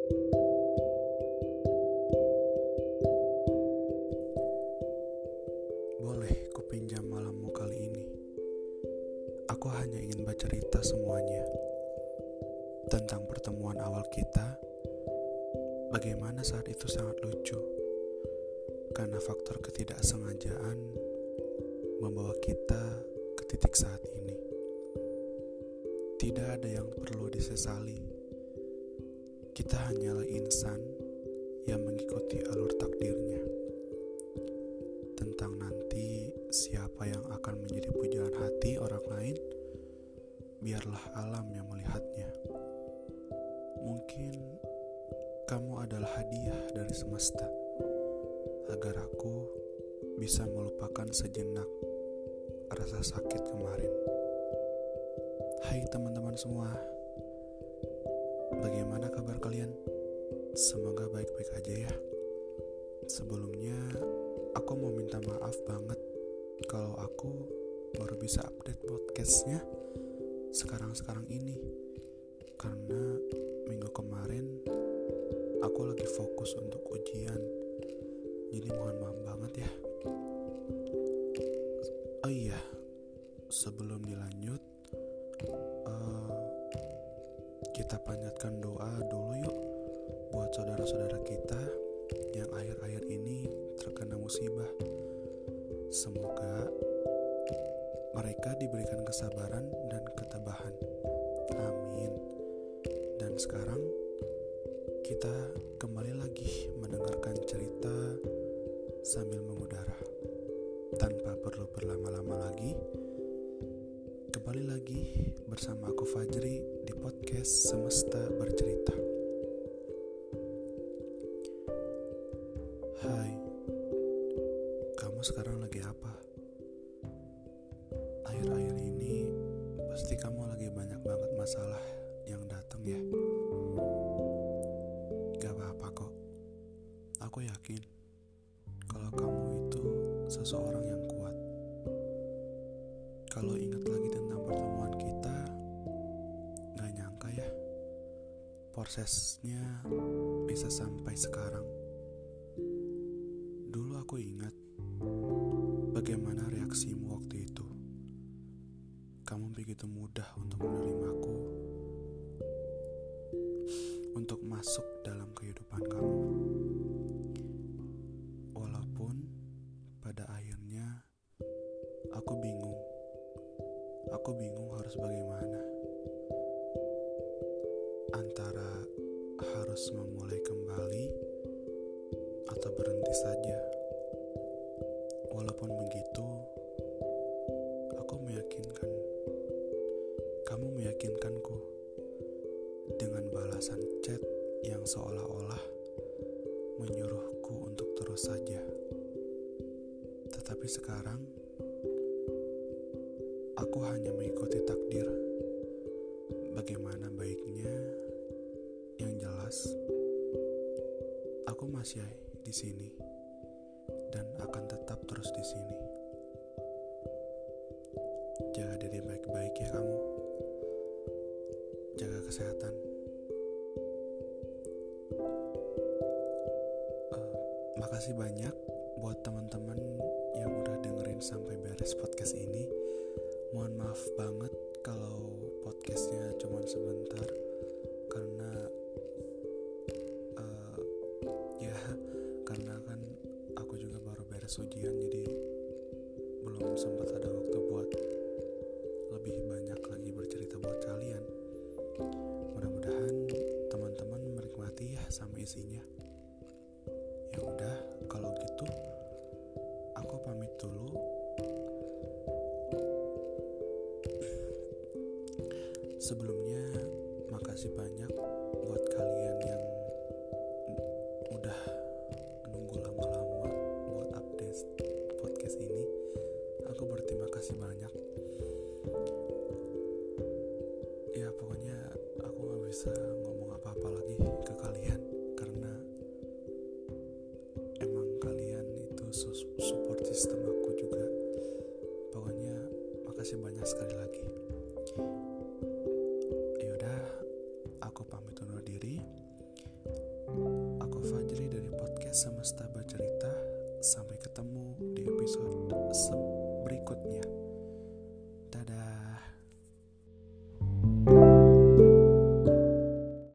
Boleh kupinjam malammu kali ini. Aku hanya ingin bercerita semuanya tentang pertemuan awal kita. Bagaimana saat itu sangat lucu, karena faktor ketidaksengajaan membawa kita ke titik saat ini. Tidak ada yang perlu disesali. Kita hanyalah insan yang mengikuti alur takdirnya. Tentang nanti siapa yang akan menjadi pujaan hati orang lain, biarlah alam yang melihatnya. Mungkin kamu adalah hadiah dari semesta agar aku bisa melupakan sejenak rasa sakit kemarin. Hai teman-teman semua, bagaimana kabar kalian? Semoga baik-baik aja ya. Sebelumnya aku mau minta maaf banget kalau aku baru bisa update podcastnya sekarang ini, karena minggu kemarin aku lagi fokus untuk ujian, jadi mohon maaf banget ya. Oh iya, sebelum dilanjut, kita panjatkan doa dulu yuk buat saudara-saudara kita yang akhir-akhir ini terkena musibah. Semoga mereka diberikan kesabaran dan ketabahan. Amin. Dan sekarang kita kembali lagi mendengarkan cerita sambil mengudara. Tanpa perlu berlama-lama lagi, kembali lagi bersama aku Fajri di podcast Semesta Bercerita. Hai, kamu sekarang lagi apa? Akhir-akhir ini pasti kamu lagi banyak banget masalah yang datang ya. Gak apa-apa kok. Aku yakin kalau kamu itu seseorang yang kuat. Kalau ingat lagi tentang pertemuan kita, gak nyangka ya prosesnya bisa sampai sekarang. Dulu aku ingat bagaimana reaksimu waktu itu. Kamu begitu mudah untuk menerimaku, untuk masuk dalam kehidupan kamu. Walaupun pada akhirnya aku bingung harus bagaimana. Antara harus memulai kembali atau berhenti saja. Walaupun begitu, kamu meyakinkanku dengan balasan chat yang seolah-olah menyuruhku untuk terus saja. Tetapi sekarang, aku hanya mengikuti takdir. Bagaimana baiknya, yang jelas, aku masih di sini dan akan tetap terus di sini. Jaga diri baik-baik ya kamu. Jaga kesehatan. Makasih banyak buat teman-teman yang udah dengerin sampai beres podcast ini. Mohon maaf banget kalau podcastnya cuma sebentar, karena karena kan aku juga baru beres ujian, jadi belum sempat ada waktu buat lebih banyak lagi bercerita buat kalian. Mudah-mudahan teman-teman menikmati ya sama isinya. Ya udah, kalau gitu aku pamit dulu. Sebelumnya makasih banyak buat kalian yang udah nunggu lama-lama buat update podcast ini. Aku berterima kasih banyak. Ya pokoknya aku gak bisa ngomong apa-apa lagi ke kalian, karena emang kalian itu support system aku juga. Pokoknya makasih banyak sekali lagi. Semesta bercerita, sampai ketemu di episode berikutnya.